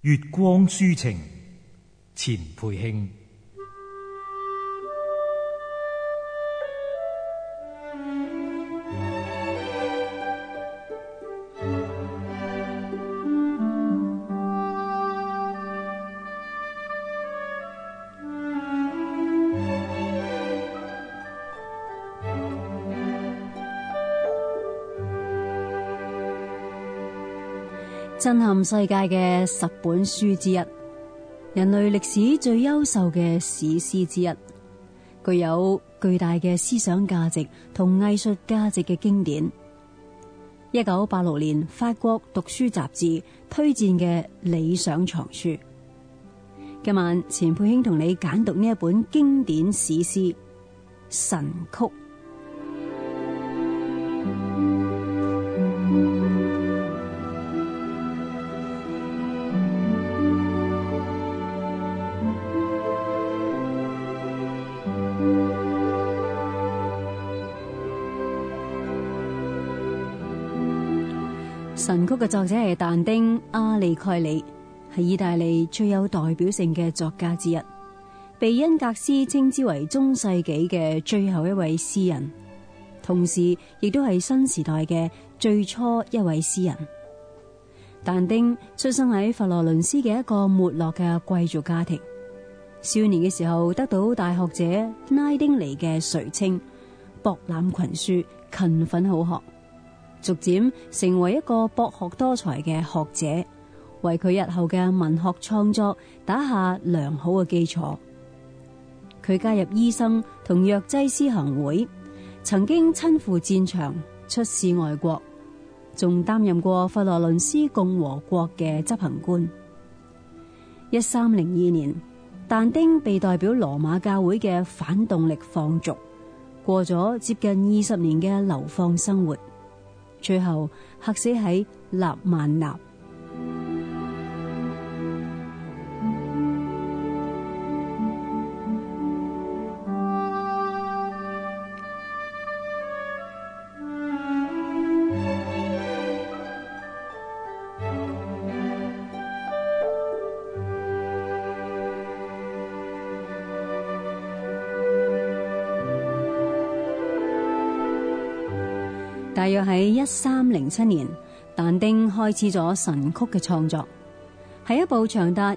月光書情，錢培慶。 震撼世界嘅10本書之一，人類歷史最優秀嘅史詩之一，具有巨大嘅思想價值同藝術價值嘅經典。1986年法國讀書雜誌推薦嘅理想藏書。今晚錢佩卿同你簡讀呢一本經典史詩《神曲》。神曲嘅作者係但丁·阿利蓋里，係意大利最有代表性嘅作家之一，被恩格斯稱之為中世紀嘅最後一位詩人，同時亦都係新時代嘅最初一位詩人。但丁出生喺佛羅倫斯嘅一個沒落嘅貴族家庭，少年嘅時候得到大學者拉丁尼嘅垂青，博覽群書，勤奮好學，逐漸成為一個博學多才嘅學者，為佢日後嘅文學創作打下良好嘅基礎。佢加入醫生同藥劑師行會，曾經親赴戰場，出使外國，仲擔任過佛羅倫斯共和國嘅執行官。1302年，但丁被代表羅馬教會嘅反動力放逐，過咗接近20年嘅流放生活，最後客死喺納曼納。大約喺1307年，但丁開始咗神曲嘅創作，係一部長達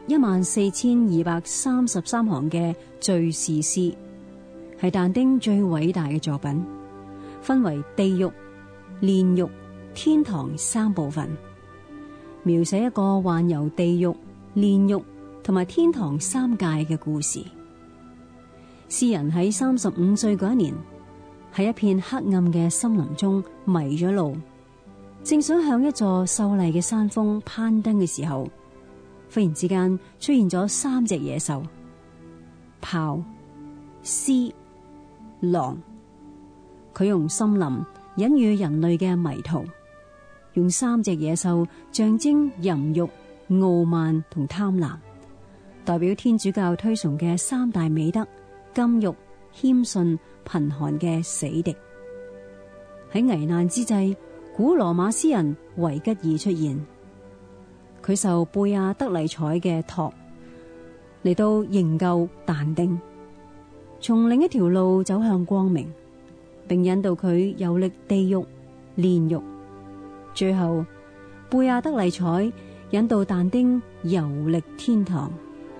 14233行嘅敘事詩，係但丁最偉大嘅作品，分為地獄、煉獄、天堂3部分，描寫一個環遊地獄、煉獄同埋天堂3界嘅故事。詩人喺35歲嗰一年，喺一片黑暗嘅森林中迷咗路，正想向一座秀麗嘅山峰攀登嘅時候，忽然之間出現咗3隻野獸：豹、獅、狼。佢用森林隱喻人類嘅迷途，用3隻野獸象徵淫慾、傲慢同貪婪，代表天主教推崇嘅3大美德：禁欲、謙遜、貧寒嘅死敵。喺危難之際，古羅馬詩人維吉爾出現，佢受貝亞德麗采嘅託嚟到營救但丁，從另一條路走向光明，並引導佢遊歷地獄、煉獄。最後，貝亞德麗采引導但丁遊歷天堂。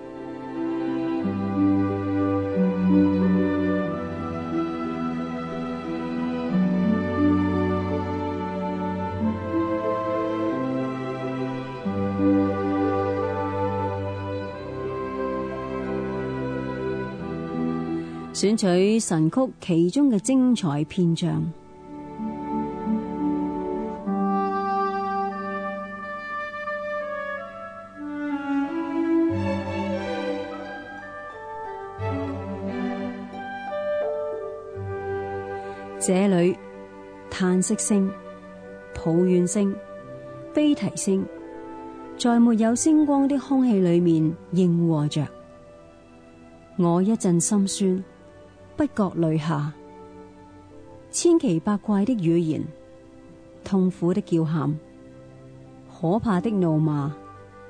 選取神曲其中嘅精彩篇章。這裏嘆息聲、抱怨聲、悲啼聲，在沒有星光的空氣裏面應和着。我一陣心酸，不覺淚下，千奇百怪的語言，痛苦的叫喊，可怕的怒罵，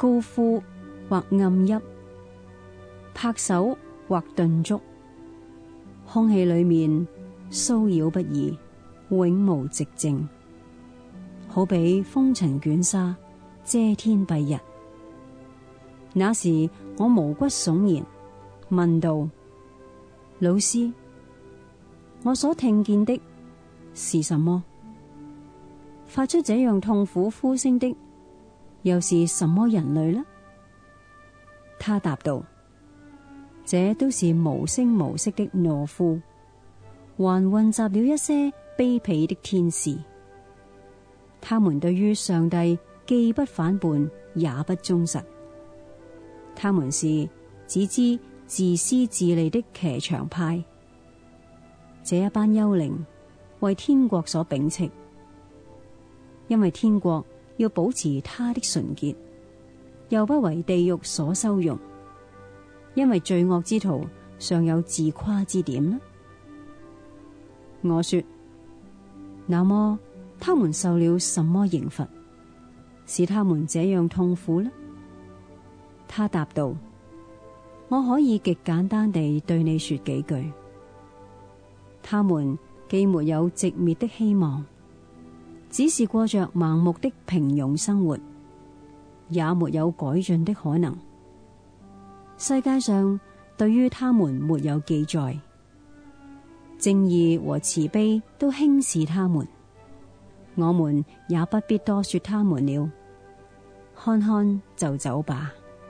高呼或暗泣，拍手或頓足，空氣裏面騷擾不已，永無寂靜，好比風塵捲紗，遮天蔽日。那時我毛骨悚然，問道：老師，我所聽見的是什麼？發出這樣痛苦呼聲的又是什麼人類呢？他答道：這都是無聲無息的懦夫，還混雜了一些卑鄙的天使。他們對於上帝既不反叛，也不忠實。他們是只知自私自利的騎牆派。這一班幽靈為天國所摒斥，因為天國要保持他的純潔，又不為地獄所收容，因為罪惡之徒尚有自誇之點呢。我說：那麼他們受了什麼刑罰，使他們這樣痛苦呢？他答道：我可以極簡單地對你說幾句。他們既沒有寂滅的希望，只是過着盲目的平庸生活，也沒有改進的可能。世界上對於他們沒有記載，正義和慈悲都輕視他們，我們也不必多說他們了，看看就走吧。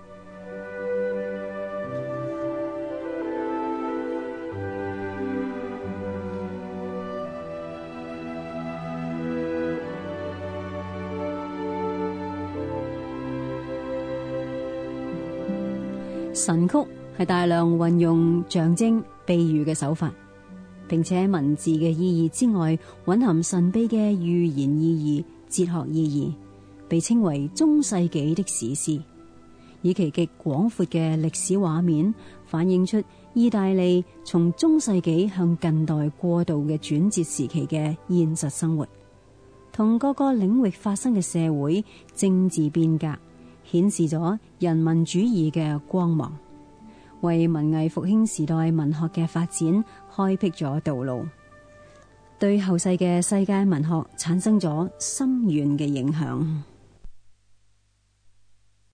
神曲係大量運用象徵、比喻嘅手法，並且文字嘅意義之外，蘊含神秘嘅寓言意義、哲學意義，被稱為中世紀的史詩，以其極廣闊嘅歷史畫面，反映出意大利從中世紀向近代過渡嘅轉折時期嘅現實生活，同各個領域發生嘅社會政治變革，顯示咗人民主義嘅光芒，為文藝復興時代文學嘅發展開闢咗道路，對後世嘅世界文學產生咗深遠嘅影響。